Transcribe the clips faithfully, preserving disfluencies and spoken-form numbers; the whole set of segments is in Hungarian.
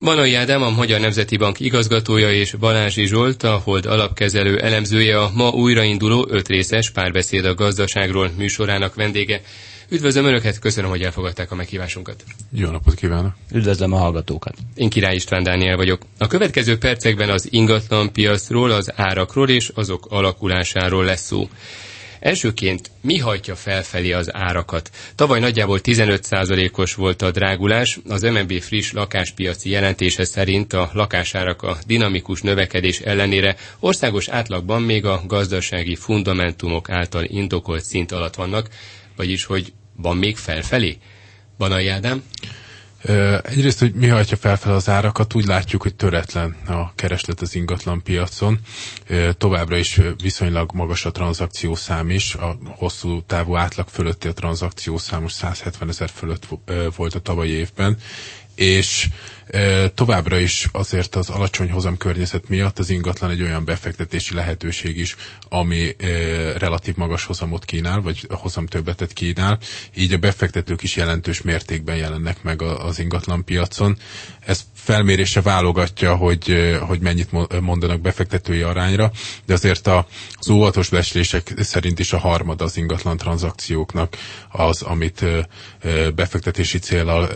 Banai Ádám, a Magyar Nemzeti Bank igazgatója, és Balázsi Zsolt, a Hold alapkezelő elemzője, a ma újrainduló ötrészes Párbeszéd a gazdaságról műsorának vendége. Üdvözlöm Önöket, köszönöm, hogy elfogadták a meghívásunkat. Jó napot kívánok! Üdvözlöm a hallgatókat! Én Király István Dániel vagyok. A következő percekben az ingatlanpiacról, az árakról és azok alakulásáról lesz szó. Elsőként mi hajtja felfelé az árakat? Tavaly nagyjából tizenöt százalékos volt a drágulás, az em en bé friss lakáspiaci jelentése szerint a lakásárak a dinamikus növekedés ellenére országos átlagban még a gazdasági fundamentumok által indokolt szint alatt vannak, vagyis hogy van még felfelé? Banai Ádám? Egyrészt, hogy mi hajtja felfel az árakat, úgy látjuk, hogy töretlen a kereslet az ingatlan piacon. Továbbra is viszonylag magas a tranzakciószám is, a hosszú távú átlag fölötti a tranzakciószám, most száz hetven ezer fölött volt a tavalyi évben, és e, továbbra is azért az alacsony hozam környezet miatt az ingatlan egy olyan befektetési lehetőség is, ami e, relatív magas hozamot kínál, vagy hozam többetet kínál, így a befektetők is jelentős mértékben jelennek meg a, az ingatlan piacon. Ez felmérése válogatja, hogy, hogy mennyit mondanak befektetői arányra, de azért az óvatos becslések szerint is a harmad az ingatlan tranzakcióknak az, amit befektetési céllal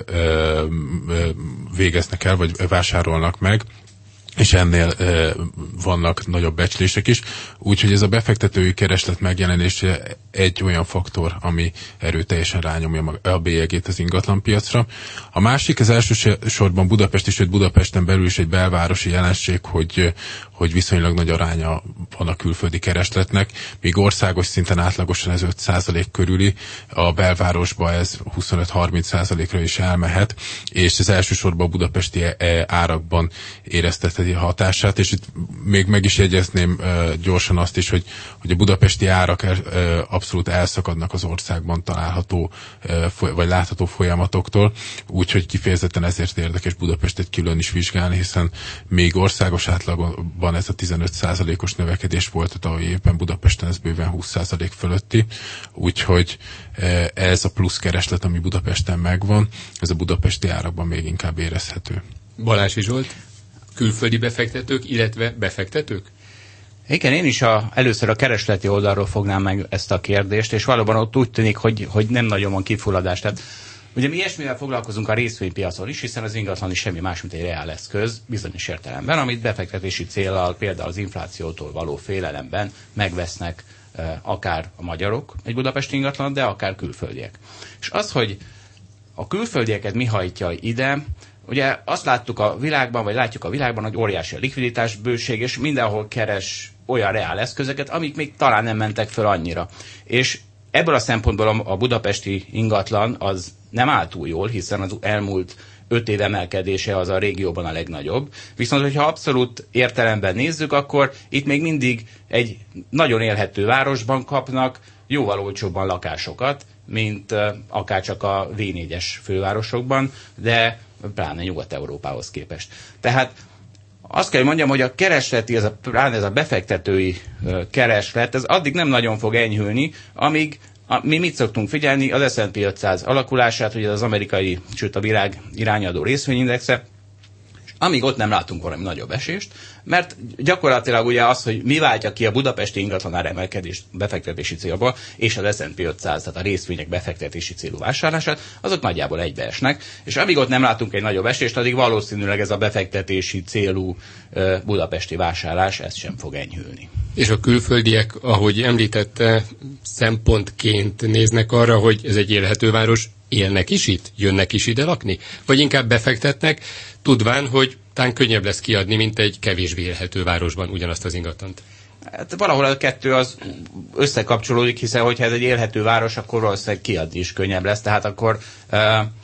végeznek el, vagy vásárolnak meg, és ennél e, vannak nagyobb becslések is. Úgyhogy ez a befektetői kereslet megjelenése egy olyan faktor, ami erőteljesen rányomja a bélyegét az ingatlanpiacra. A másik, az elsősorban Budapest is, sőt Budapesten belül is egy belvárosi jelenség, hogy, hogy viszonylag nagy aránya van a külföldi keresletnek, míg országos szinten átlagosan ez öt százalék körüli, a belvárosba ez huszonöt-harminc százalékra is elmehet, és ez elsősorban a budapesti árakban éreztetheti hatását, és itt még meg is jegyezném uh, gyorsan azt is, hogy, hogy a budapesti árak uh, abszolút elszakadnak az országban található uh, foly- vagy látható folyamatoktól, úgyhogy kifejezetten ezért érdekes Budapestet külön is vizsgálni, hiszen még országos átlagban ez a tizenöt százalékos növekedés volt a tavalyi évben, Budapesten ez bőven húsz százalék fölötti, úgyhogy uh, ez a plusz kereslet, ami Budapesten megvan, ez a budapesti árakban még inkább érezhető. Balázsi Zsolt? Külföldi befektetők, illetve befektetők? Igen, én is a, először a keresleti oldalról fognám meg ezt a kérdést, és valóban ott úgy tűnik, hogy, hogy nem nagyon van kifulladás. Tehát, ugye mi ilyesmivel foglalkozunk a részvénypiacon is, hiszen az ingatlan is semmi más, mint egy reál eszköz, bizonyos értelemben, amit befektetési céllal, például az inflációtól való félelemben megvesznek e, akár a magyarok egy budapesti ingatlan, de akár külföldiek. És az, hogy a külföldieket mi hajtja ide, ugye azt láttuk a világban, vagy látjuk a világban, hogy óriási a likviditás bőség, és mindenhol keres olyan reál eszközöket, amik még talán nem mentek föl annyira. És ebből a szempontból a budapesti ingatlan az nem áll túl jól, hiszen az elmúlt öt év emelkedése az a régióban a legnagyobb. Viszont, hogyha abszolút értelemben nézzük, akkor itt még mindig egy nagyon élhető városban kapnak jóval olcsóbban lakásokat, mint akárcsak a vé négyes fővárosokban, de pláne Nyugat-Európához képest. Tehát azt kell, hogy mondjam, hogy a keresleti, ez a, pláne ez a befektetői kereslet, ez addig nem nagyon fog enyhülni, amíg a, mi mit szoktunk figyelni, az es and pé ötszáz alakulását, ugye az amerikai, sőt a világ irányadó részvényindexe, amíg ott nem látunk valami nagyobb esést, mert gyakorlatilag ugye az, hogy mi váltja ki a budapesti ingatlanár emelkedést befektetési célból, és az es and pé ötszáz, tehát a részvények befektetési célú vásárlását, azok nagyjából egybeesnek, és amíg ott nem látunk egy nagyobb esést, addig valószínűleg ez a befektetési célú uh, budapesti vásárlás, ez sem fog enyhülni. És a külföldiek, ahogy említette, szempontként néznek arra, hogy ez egy élhető város, élnek is itt? Jönnek is ide lakni? Vagy inkább befektetnek, tudván, hogy talán könnyebb lesz kiadni, mint egy kevésbé élhető városban ugyanazt az ingatlant? Hát valahol a kettő az összekapcsolódik, hiszen hogyha ez egy élhető város, akkor valószínűleg kiadni is könnyebb lesz. Tehát akkor uh,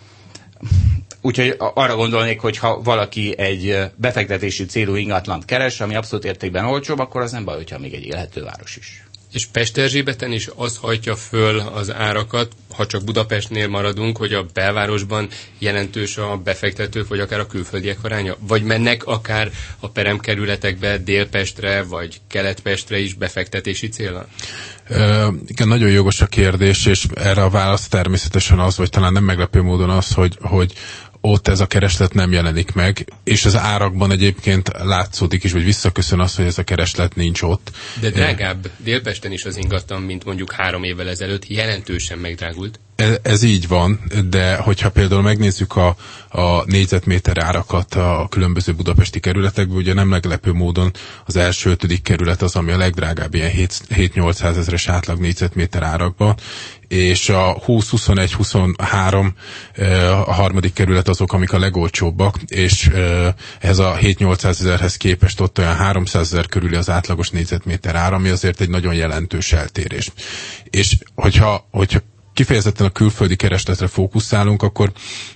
úgyhogy arra gondolnék, hogy ha valaki egy befektetési célú ingatlant keres, ami abszolút értékben olcsóbb, akkor az nem baj, hogyha még egy élhető város is. És Pesterzsébeten is az hajtja föl az árakat, ha csak Budapestnél maradunk, hogy a belvárosban jelentős a befektetők, vagy akár a külföldiek aránya? Vagy mennek akár a peremkerületekbe, Délpestre, vagy Keletpestre is befektetési célra? Uh, igen, nagyon jogos a kérdés, és erre a válasz természetesen az, vagy talán nem meglepő módon az, hogy, hogy ott ez a kereslet nem jelenik meg, és az árakban egyébként látszódik is, vagy visszaköszön az, hogy ez a kereslet nincs ott. De drágább Délpesten is az ingatlan, mint mondjuk három évvel ezelőtt, jelentősen megdrágult. Ez, ez így van, de hogyha például megnézzük a, a négyzetméter árakat a különböző budapesti kerületekből, ugye nem meglepő módon az első ötödik kerület az, ami a legdrágább ilyen hét-nyolcszáz ezres átlag négyzetméter árakban, és a húsz, huszonegy, huszonhárom a harmadik kerület azok, amik a legolcsóbbak, és ez a hét-nyolcszáz ezerhez képest ott olyan háromszázezer körüli az átlagos négyzetméter ár, ami azért egy nagyon jelentős eltérés. És hogyha, hogyha kifejezetten a külföldi keresletre fókuszálunk, akkor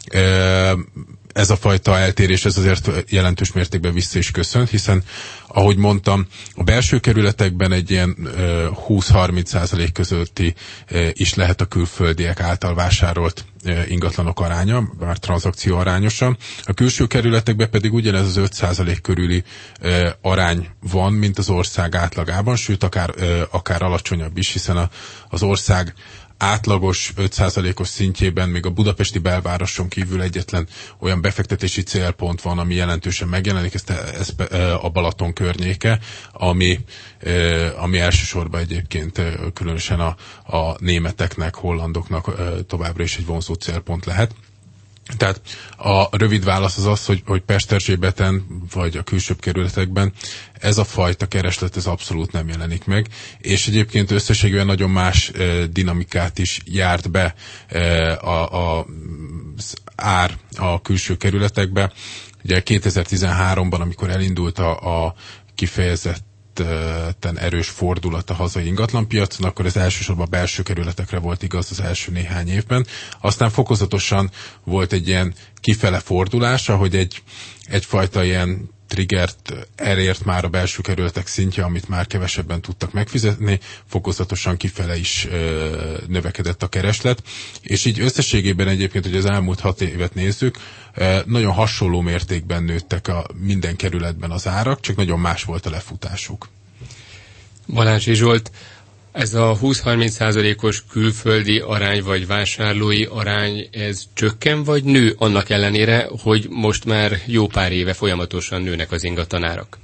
ez a fajta eltérés ez azért jelentős mértékben vissza is köszönt, hiszen ahogy mondtam, a belső kerületekben egy ilyen húsz-harminc százalék közötti is lehet a külföldiek által vásárolt ingatlanok aránya, bár tranzakció arányosan. A külső kerületekben pedig ugyanez az öt százalék körüli arány van, mint az ország átlagában, sőt akár, akár alacsonyabb is, hiszen a, az ország átlagos öt százalékos szintjében még a budapesti belvároson kívül egyetlen olyan befektetési célpont van, ami jelentősen megjelenik, ez, ez a Balaton környéke, ami, ami elsősorban egyébként különösen a, a németeknek, hollandoknak továbbra is egy vonzó célpont lehet. Tehát a rövid válasz az az, hogy, hogy Pesterzsébeten vagy a külsőbb kerületekben ez a fajta kereslet ez abszolút nem jelenik meg, és egyébként összességében nagyon más e, dinamikát is járt be e, a, a, az ár a külső kerületekbe. Ugye kétezer-tizenháromban, amikor elindult a, a kifejezett erős fordulat a hazai ingatlanpiacon, akkor ez elsősorban a belső kerületekre volt igaz az első néhány évben. Aztán fokozatosan volt egy ilyen kifele fordulás, ahogy egy, egyfajta ilyen triggert elért már a belső kerületek szintje, amit már kevesebben tudtak megfizetni, fokozatosan kifele is ö, növekedett a kereslet, és így összességében egyébként, hogy az elmúlt hat évet nézzük, ö, nagyon hasonló mértékben nőttek a minden kerületben az árak, csak nagyon más volt a lefutásuk. Balási Zsolt, ez a húsz-harminc százalékos külföldi arány vagy vásárlói arány, ez csökken vagy nő annak ellenére, hogy most már jó pár éve folyamatosan nőnek az ingatlanárak?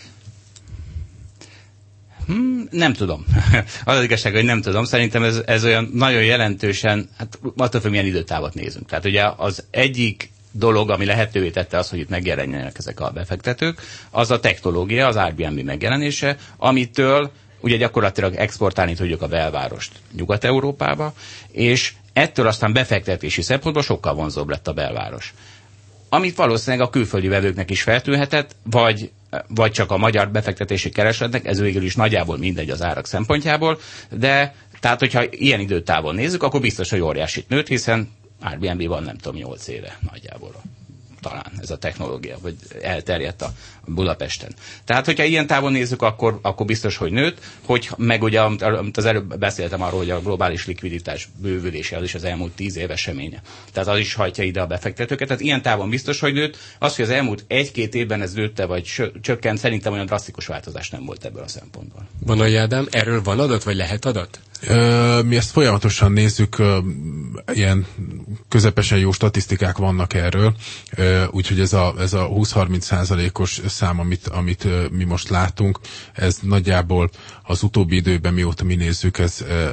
Hmm, nem tudom. Az az igazság, hogy nem tudom. Szerintem ez, ez olyan nagyon jelentősen, hát attól függ, milyen időtávot nézünk. Tehát ugye az egyik dolog, ami lehetővé tette az, hogy itt megjelenjenek ezek a befektetők, az a technológia, az Airbnb megjelenése, amitől ugye gyakorlatilag exportálni tudjuk a belvárost Nyugat-Európába, és ettől aztán befektetési szempontból sokkal vonzóbb lett a belváros. Amit valószínűleg a külföldi vevőknek is feltűnhetett, vagy, vagy csak a magyar befektetési keresletnek, ez végül is nagyjából mindegy az árak szempontjából, de tehát, hogyha ilyen időtávon nézzük, akkor biztos, hogy óriásit nőtt, hiszen Airbnb van nem tudom, nyolc éve nagyjából. Talán ez a technológia, vagy elterjedt a Budapesten. Tehát, hogyha ilyen távon nézzük, akkor, akkor biztos, hogy nőtt, hogy meg ugye, amit az előbb beszéltem arról, hogy a globális likviditás bővülése az is az elmúlt tíz év eseménye. Tehát az is hajtja ide a befektetőket. Tehát ilyen távon biztos, hogy nőtt. Az, hogy az elmúlt egy-két évben ez nőtte, vagy csökkent, szerintem olyan drasztikus változás nem volt ebből a szempontból. Vonai Ádám, erről van adat, vagy lehet adat? Ö, mi ezt folyamatosan nézzük, ö, ilyen közepesen jó statisztikák vannak erről, ö, úgyhogy ez a, ez a húsz-harminc százalékos szám, amit, amit ö, mi most látunk, ez nagyjából az utóbbi időben, mióta mi nézzük, ez, ö,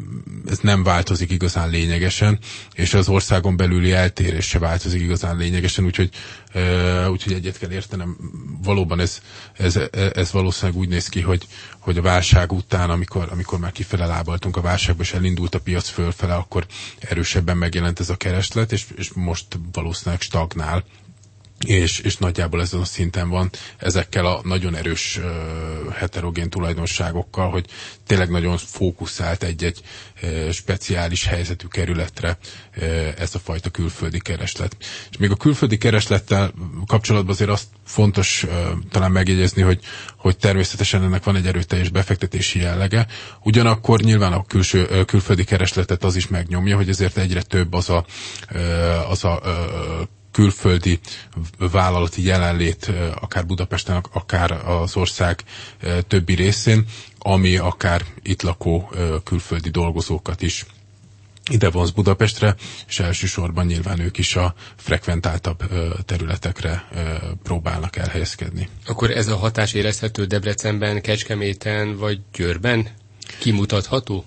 ez nem változik igazán lényegesen, és az országon belüli eltérés se változik igazán lényegesen, úgyhogy, ö, úgyhogy egyet kell értenem, valóban ez, ez, ez valószínűleg úgy néz ki, hogy, hogy a válság után, amikor, amikor már kifele lábaltunk a válságba, és elindult a piac fölfele, akkor erősebben megjelent ez a kereslet, és, és most valószínűleg stagnál, és, és nagyjából ezen a szinten van ezekkel a nagyon erős uh, heterogén tulajdonságokkal, hogy tényleg nagyon fókuszált egy-egy uh, speciális helyzetű kerületre uh, ez a fajta külföldi kereslet. És még a külföldi kereslettel kapcsolatban azért azt fontos uh, talán megjegyezni, hogy, hogy természetesen ennek van egy erőteljes befektetési jellege, ugyanakkor nyilván a külső, uh, külföldi keresletet az is megnyomja, hogy ezért egyre több az a, uh, az a uh, külföldi vállalati jelenlét akár Budapesten, akár az ország többi részén, ami akár itt lakó külföldi dolgozókat is ide vonz Budapestre, és elsősorban nyilván ők is a frekventáltabb területekre próbálnak elhelyezkedni. Akkor ez a hatás érezhető Debrecenben, Kecskeméten vagy Győrben? Kimutatható?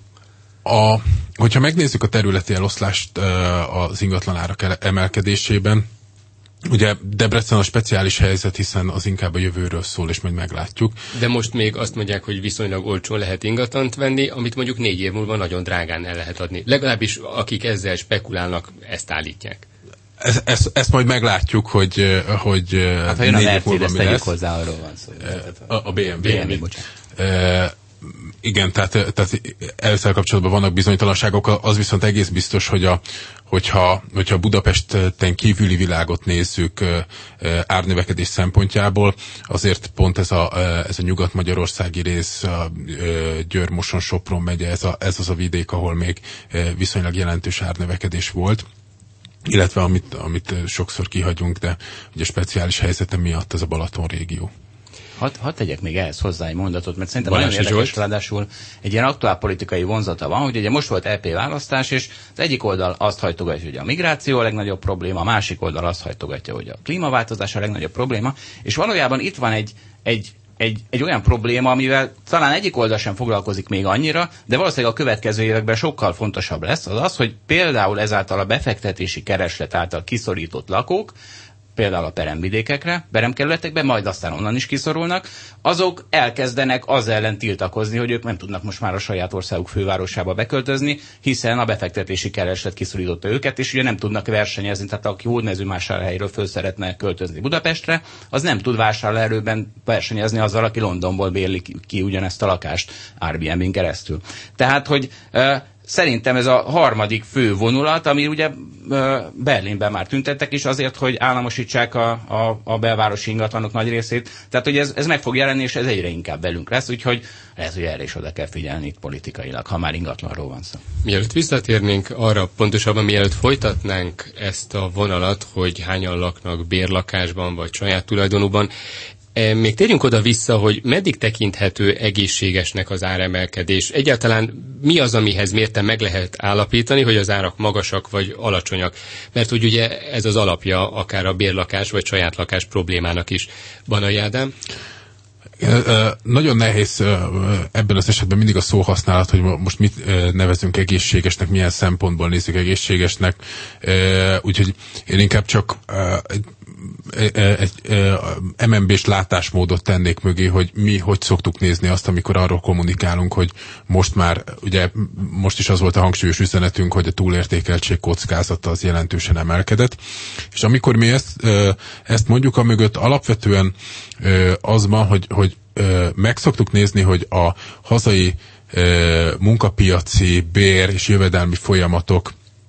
A, hogyha megnézzük a területi eloszlást az ingatlanárak emelkedésében, ugye Debrecen a speciális helyzet, hiszen az inkább a jövőről szól, és majd meglátjuk. De most még azt mondják, hogy viszonylag olcsón lehet ingatlant venni, amit mondjuk négy év múlva nagyon drágán el lehet adni. Legalábbis akik ezzel spekulálnak, ezt állítják. Ezt, ezt, ezt majd meglátjuk, hogy, hogy hát, négy év múlva mi lesz. Hozzá, arról van szó. A, a bé em vé. bé em vé e, igen, tehát, tehát ezzel kapcsolatban vannak bizonytalanságok, az viszont egész biztos, hogy a, hogyha, hogyha Budapesten kívüli világot nézzük árnövekedés szempontjából, azért pont ez a, ez a nyugat-magyarországi rész, a Győr, Moson, Sopron megye, ez, a, ez az a vidék, ahol még viszonylag jelentős árnövekedés volt, illetve amit, amit sokszor kihagyunk, de ugye speciális helyzete miatt ez a Balaton régió. Hadd had tegyek még ehhez hozzá egy mondatot, mert szerintem nagyon érdekes, ráadásul egy ilyen aktuál politikai vonzata van, hogy ugye most volt é pé választás, és az egyik oldal azt hajtogatja, hogy a migráció a legnagyobb probléma, a másik oldal azt hajtogatja, hogy a klímaváltozás a legnagyobb probléma, és valójában itt van egy, egy, egy, egy olyan probléma, amivel talán egyik oldal sem foglalkozik még annyira, de valószínűleg a következő években sokkal fontosabb lesz, az az, hogy például ezáltal a befektetési kereslet által kiszorított lakók, például a peremvidékekre, peremkerületekbe, majd aztán onnan is kiszorulnak, azok elkezdenek az ellen tiltakozni, hogy ők nem tudnak most már a saját országuk fővárosába beköltözni, hiszen a befektetési kereslet kiszorította őket, és ugye nem tudnak versenyezni, tehát aki Hódmezővásárhelyről föl szeretne költözni Budapestre, az nem tud vásárlóerőben versenyezni azzal, aki Londonból bérli ki ugyanezt a lakást Airbnb-n keresztül. Tehát, hogy szerintem ez a harmadik fő vonulat, ami ugye Berlinben már tüntettek is azért, hogy államosítsák a, a, a belvárosi ingatlanok nagy részét. Tehát, hogy ez, ez meg fog jelenni, és ez egyre inkább velünk lesz, úgyhogy lehet, hogy erre is oda kell figyelni itt politikailag, ha már ingatlanról van szó. Mielőtt visszatérnénk arra, pontosabban mielőtt folytatnánk ezt a vonalat, hogy hányan laknak bérlakásban vagy saját tulajdonúban, még térjünk oda vissza, hogy meddig tekinthető egészségesnek az áremelkedés. Egyáltalán mi az, amihez mérten meg lehet állapítani, hogy az árak magasak vagy alacsonyak? Mert hogy ugye ez az alapja akár a bérlakás vagy saját lakás problémának is. Banai Ádám? Nagyon nehéz ebben az esetben mindig a szóhasználat, hogy most mit nevezünk egészségesnek, milyen szempontból nézzük egészségesnek. Úgyhogy én inkább csak egy egy em en bé-s látásmódot tennék mögé, hogy mi hogy szoktuk nézni azt, amikor arról kommunikálunk, hogy most már, ugye most is az volt a hangsúlyos üzenetünk, hogy a túlértékeltség kockázata az jelentősen emelkedett. És amikor mi ezt, ezt mondjuk, amögött alapvetően az van, hogy, hogy meg szoktuk nézni, hogy a hazai munkapiaci bér és jövedelmi folyamatok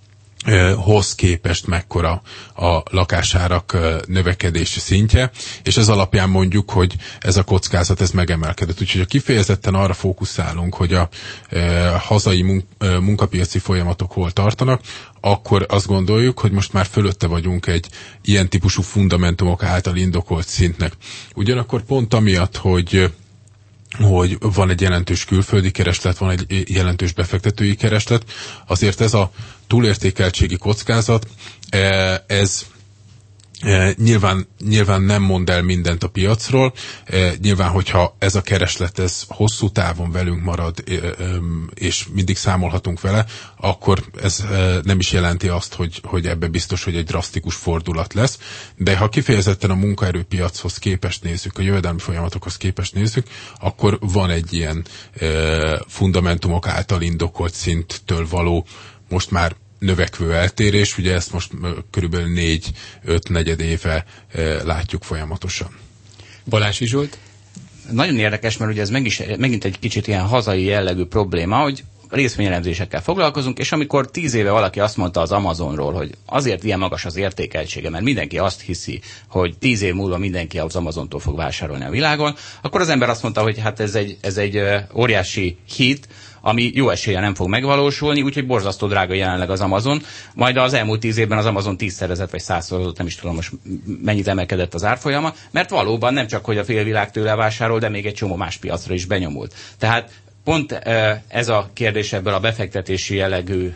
hoz képest mekkora a lakásárak növekedési szintje, és ez alapján mondjuk, hogy ez a kockázat ez megemelkedett. Úgyhogy a kifejezetten arra fókuszálunk, hogy a e, hazai munk, e, munkapiaci folyamatok hol tartanak, akkor azt gondoljuk, hogy most már fölötte vagyunk egy ilyen típusú fundamentumok által indokolt szintnek. Ugyanakkor pont amiatt, hogy hogy van egy jelentős külföldi kereslet, van egy jelentős befektetői kereslet, azért ez a túlértékeltségi kockázat, ez nyilván, nyilván nem mond el mindent a piacról, nyilván, hogyha ez a kereslet ez hosszú távon velünk marad, és mindig számolhatunk vele, akkor ez nem is jelenti azt, hogy, hogy ebbe biztos, hogy egy drasztikus fordulat lesz, de ha kifejezetten a munkaerőpiachoz képest nézzük, a jövedelmi folyamatokhoz képest nézzük, akkor van egy ilyen fundamentumok által indokolt szinttől való most már növekvő eltérés, ugye ezt most körülbelül négy-öt negyed éve e, látjuk folyamatosan. Balási Zsolt? Nagyon érdekes, mert ugye ez meg is, megint egy kicsit ilyen hazai jellegű probléma, hogy részvényelemzésekkel foglalkozunk, és amikor tíz éve valaki azt mondta az Amazonról, hogy azért ilyen magas az értékeltsége, mert mindenki azt hiszi, hogy tíz év múlva mindenki az Amazontól fog vásárolni a világon, akkor az ember azt mondta, hogy hát ez egy, ez egy óriási hit, ami jó eséllyel nem fog megvalósulni, úgyhogy borzasztó drága jelenleg az Amazon. Majd az elmúlt tíz évben az Amazon tízszerezett vagy százszorozott, nem is tudom most mennyit emelkedett az árfolyama, mert valóban nem csak, hogy a félvilág tőle vásárol, de még egy csomó más piacra is benyomult. Tehát pont ez a kérdés ebből a befektetési jellegű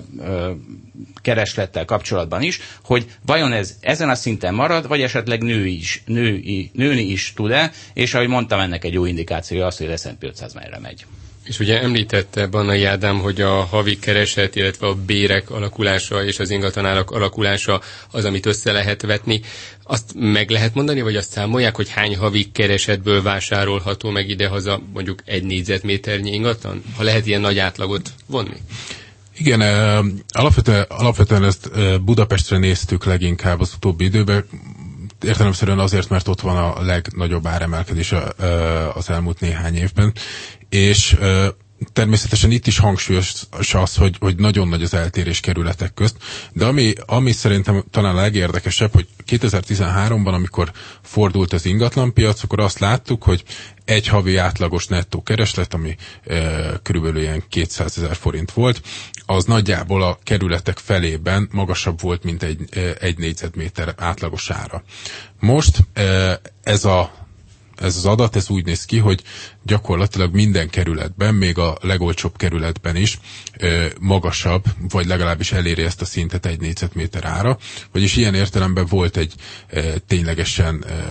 kereslettel kapcsolatban is, hogy vajon ez ezen a szinten marad, vagy esetleg nő is, női, nőni is tud-e, és ahogy mondtam, ennek egy jó indikációja az, hogy az es and pé ötszáz merre megy. És ugye említette Bannai Ádám, hogy a havi kereset, illetve a bérek alakulása és az ingatlanárak alakulása az, amit össze lehet vetni. Azt meg lehet mondani, vagy azt számolják, hogy hány havi keresetből vásárolható meg idehaza mondjuk egy négyzetméternyi ingatlan? Ha lehet ilyen nagy átlagot vonni? Igen, alapvetően, alapvetően ezt Budapestre néztük leginkább az utóbbi időben, értelemszerűen azért, mert ott van a legnagyobb áremelkedés az elmúlt néhány évben, és természetesen itt is hangsúlyos az, hogy, hogy nagyon nagy az eltérés kerületek közt, de ami, ami szerintem talán a legérdekesebb, hogy kétezer-tizenháromban, amikor fordult az ingatlanpiac, akkor azt láttuk, hogy egy havi átlagos nettó kereslet, ami e, körülbelül ilyen kétszázezer forint volt, az nagyjából a kerületek felében magasabb volt, mint egy, egy négyzetméter átlagos ára. Most e, ez a Ez az adat, ez úgy néz ki, hogy gyakorlatilag minden kerületben, még a legolcsóbb kerületben is ö, magasabb, vagy legalábbis eléri ezt a szintet egy négyzetméter ára. Vagyis ilyen értelemben volt egy ö, ténylegesen ö,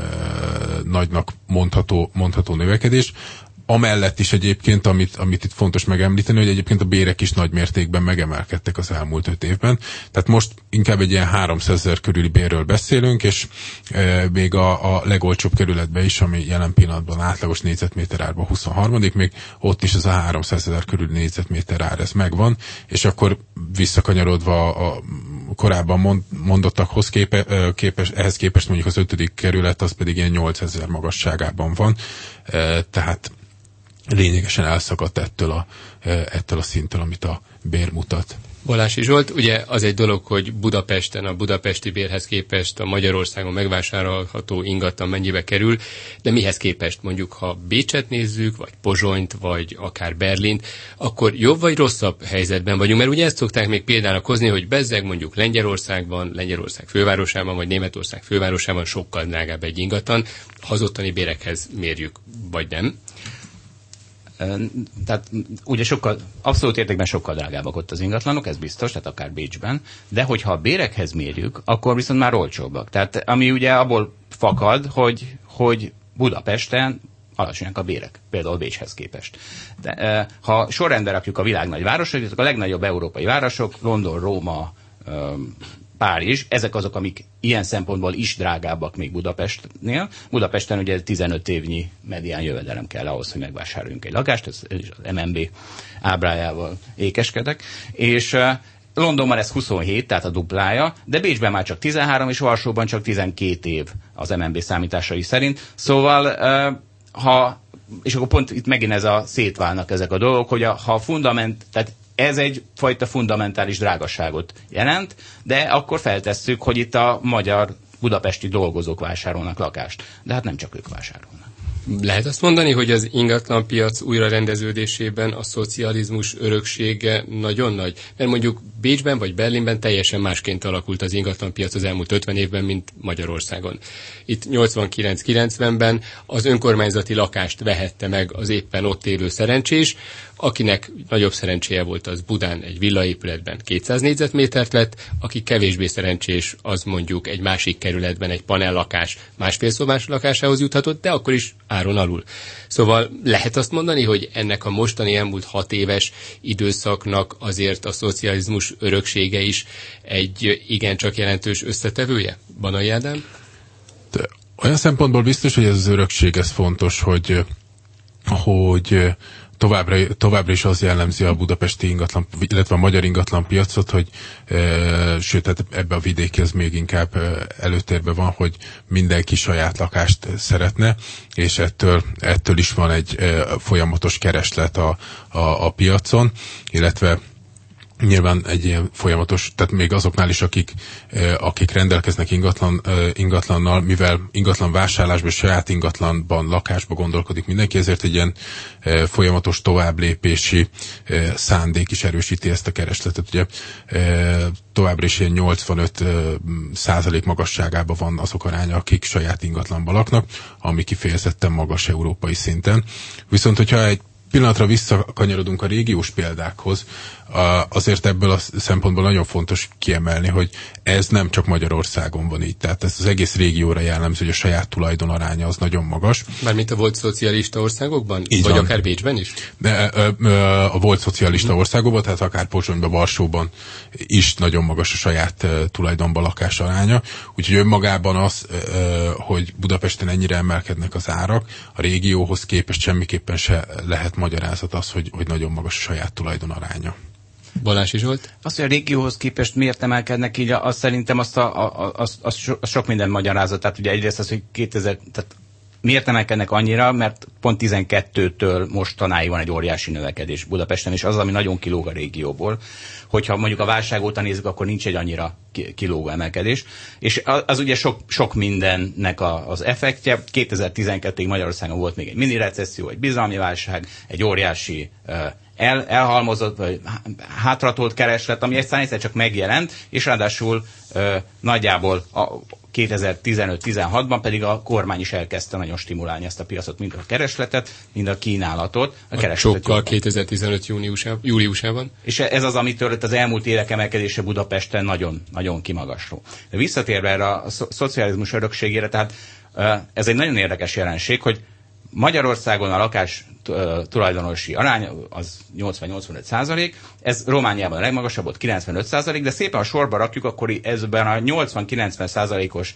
nagynak mondható, mondható növekedés. Amellett is egyébként, amit, amit itt fontos megemlíteni, hogy egyébként a bérek is nagy mértékben megemelkedtek az elmúlt öt évben. Tehát most inkább egy ilyen háromszázezer körüli bérről beszélünk, és e, még a, a legolcsóbb kerületben is, ami jelen pillanatban átlagos négyzetméter árban huszonharmadik még ott is ez a háromszázezer körüli négyzetméter ár, ez megvan, és akkor visszakanyarodva a korábban mond, mondottakhoz képe, képes, ehhez képest mondjuk az ötödik kerület, az pedig ilyen nyolcezer magasságában van, e, tehát lényegesen elszakadt ettől a, ettől a szinttől, amit a bér mutat. Balási Zsolt, ugye az egy dolog, hogy Budapesten a budapesti bérhez képest a Magyarországon megvásárolható ingatlan mennyibe kerül, de mihez képest mondjuk, ha Bécset nézzük, vagy Pozsonyt, vagy akár Berlint, akkor jobb vagy rosszabb helyzetben vagyunk, mert ugye ezt szokták még példának hozni, hogy bezzeg mondjuk Lengyelországban, Lengyelország fővárosában, vagy Németország fővárosában sokkal drágább egy ingatlan, ha az ottani bérekhez mérjük, vagy nem. Tehát ugye sokkal, abszolút értékben sokkal drágábbak ott az ingatlanok, ez biztos, tehát akár Bécsben, de hogyha a bérekhez mérjük, akkor viszont már olcsóbbak. Tehát ami ugye abból fakad, hogy, hogy Budapesten alacsonyak a bérek, például Bécshez képest. De, ha sorrendbe rakjuk a világ nagy városait, a legnagyobb európai városok, London, Róma, Párizs, ezek azok, amik ilyen szempontból is drágábbak még Budapestnél. Budapesten ugye tizenöt évnyi medián jövedelem kell ahhoz, hogy megvásároljunk egy lakást, ez az em en bé ábrájával ékeskedek, és Londonban ez huszonhét, tehát a duplája, de Bécsben már csak tizenhárom, és Varsóban csak tizenkét év az em en bé számításai szerint. Szóval, ha, és akkor pont itt megint ez a szétválnak ezek a dolgok, hogy a, ha a fundament, tehát ez egyfajta fundamentális drágaságot jelent, de akkor feltesszük, hogy itt a magyar budapesti dolgozók vásárolnak lakást. De hát nem csak ők vásárolnak. Lehet azt mondani, hogy az ingatlanpiac újrarendeződésében a szocializmus öröksége nagyon nagy? Mert mondjuk Bécsben vagy Berlinben teljesen másként alakult az ingatlanpiac az elmúlt ötven évben, mint Magyarországon. Itt nyolcvankilenc-kilencvenben az önkormányzati lakást vehette meg az éppen ott élő szerencsés, akinek nagyobb szerencséje volt, az Budán egy villaépületben kétszáz négyzetmétert lett, aki kevésbé szerencsés, az mondjuk egy másik kerületben egy panellakás másfél szobás lakásához juthatott, de akkor is áron alul. Szóval lehet azt mondani, hogy ennek a mostani elmúlt hat éves időszaknak azért a szocializmus öröksége is egy igencsak jelentős összetevője? Bannai Ádám? De olyan szempontból biztos, hogy ez az örökség, ez fontos, hogy, hogy Továbbra, továbbra is az jellemzi a budapesti ingatlan, illetve a magyar ingatlan piacot, hogy e, sőt, hát ebbe a vidékhez még inkább e, előtérben van, hogy mindenki saját lakást szeretne, és ettől, ettől is van egy e, folyamatos kereslet a, a, a piacon, illetve nyilván egy ilyen folyamatos, tehát még azoknál is, akik, akik rendelkeznek ingatlan, ingatlannal, mivel ingatlan vásárlásban, saját ingatlanban, lakásba gondolkodik mindenki, ezért egy ilyen folyamatos továbblépési szándék is erősíti ezt a keresletet. Ugye továbbra is ilyen nyolcvanöt százalék magasságában van azok aránya, akik saját ingatlanban laknak, ami kifejezetten magas európai szinten. Viszont, hogyha egy pillanatra visszakanyarodunk a régiós példákhoz, azért ebből a szempontból nagyon fontos kiemelni, hogy ez nem csak Magyarországon van így. Tehát ez az egész régióra jellemző, hogy a saját tulajdon aránya az nagyon magas. Mármint a volt szocialista országokban? Így vagy van. akár Bécsben is? De ö, ö, a volt szocialista hmm. országokban, tehát akár Pozsonyban, Varsóban is nagyon magas a saját ö, tulajdonban lakás aránya. Úgyhogy önmagában az, ö, hogy Budapesten ennyire emelkednek az árak, a régióhoz képest semmiképpen se lehet magyarázat az, hogy, hogy nagyon magas a saját tulajdon aránya. Balási Zsolt? Az, hogy a régióhoz képest miért emelkednek így, az szerintem azt a, a, az, az, so, az sok minden magyarázat. Tehát ugye egyrészt az, hogy kétezer, tehát miért emelkednek annyira, mert pont tizenkettőtől mostanáig van egy óriási növekedés Budapesten, és az, ami nagyon kilóg a régióból. Hogyha mondjuk a válság óta nézzük, akkor nincs egy annyira kilógó emelkedés. És az, az ugye sok, sok mindennek a, az effektje. kétezer-tizenkettőig Magyarországon volt még egy mini recesszió, egy bizalmi válság, egy óriási uh, El, elhalmozott, vagy hátratolt kereslet, ami egyszerűen egyszer csak megjelent, és ráadásul ö, nagyjából a kétezer-tizenöt-tizenhatban pedig a kormány is elkezdte nagyon stimulálni ezt a piacot, mind a keresletet, mind a kínálatot. A, a sokkal kétezer-tizenöt júniusában, júliusában. És ez az, amitől az elmúlt évek emelkedése Budapesten nagyon, nagyon kimagasló. De visszatérve erre a szocializmus örökségére, tehát ö, ez egy nagyon érdekes jelenség, hogy Magyarországon a lakás tulajdonosi arány az nyolcvan-nyolcvanöt százalék, ez Romániában a legmagasabb volt, kilencvenöt százalék, de szépen a sorba rakjuk, akkor ezben a nyolcvan-kilencven százalékos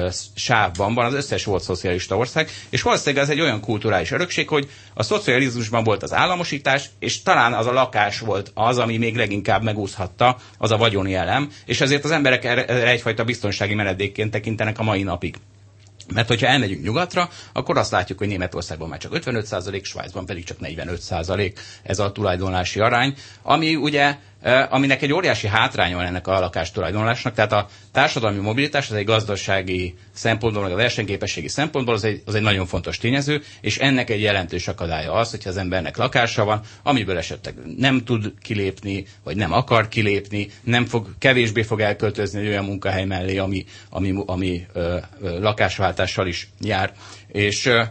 sávban van az összes volt szocialista ország, és valószínűleg ez egy olyan kulturális örökség, hogy a szocializmusban volt az államosítás, és talán az a lakás volt az, ami még leginkább megúszhatta, az a vagyoni elem, és ezért az emberek erre egyfajta biztonsági menedékként tekintenek a mai napig. Mert hogyha elmegyünk nyugatra, akkor azt látjuk, hogy Németországban már csak ötvenöt százalék, Svájcban pedig csak negyvenöt százalék ez a tulajdonlási arány, ami ugye, aminek egy óriási hátránya van ennek a lakástulajdonlásnak, tehát a társadalmi mobilitás az egy gazdasági szempontból, meg a versenyképességi szempontból az egy, az egy nagyon fontos tényező, és ennek egy jelentős akadálya az, hogyha az embernek lakása van, amiből esetleg nem tud kilépni, vagy nem akar kilépni, nem fog, kevésbé fog elköltözni egy olyan munkahely mellé, ami, ami, ami ö, ö, lakásváltással is jár. És ö,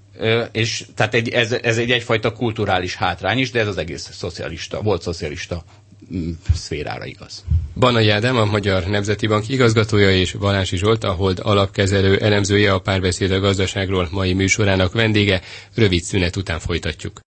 és tehát egy, ez, ez egy egyfajta kulturális hátrány is, de ez az egész szocialista, volt szocialista mm, szférára igaz. Banai Ádám, a Magyar Nemzeti Bank igazgatója, és Balási Zsolt, a Hold alapkezelő elemzője, a Párbeszéd a gazdaságról mai műsorának vendége. Rövid szünet után folytatjuk.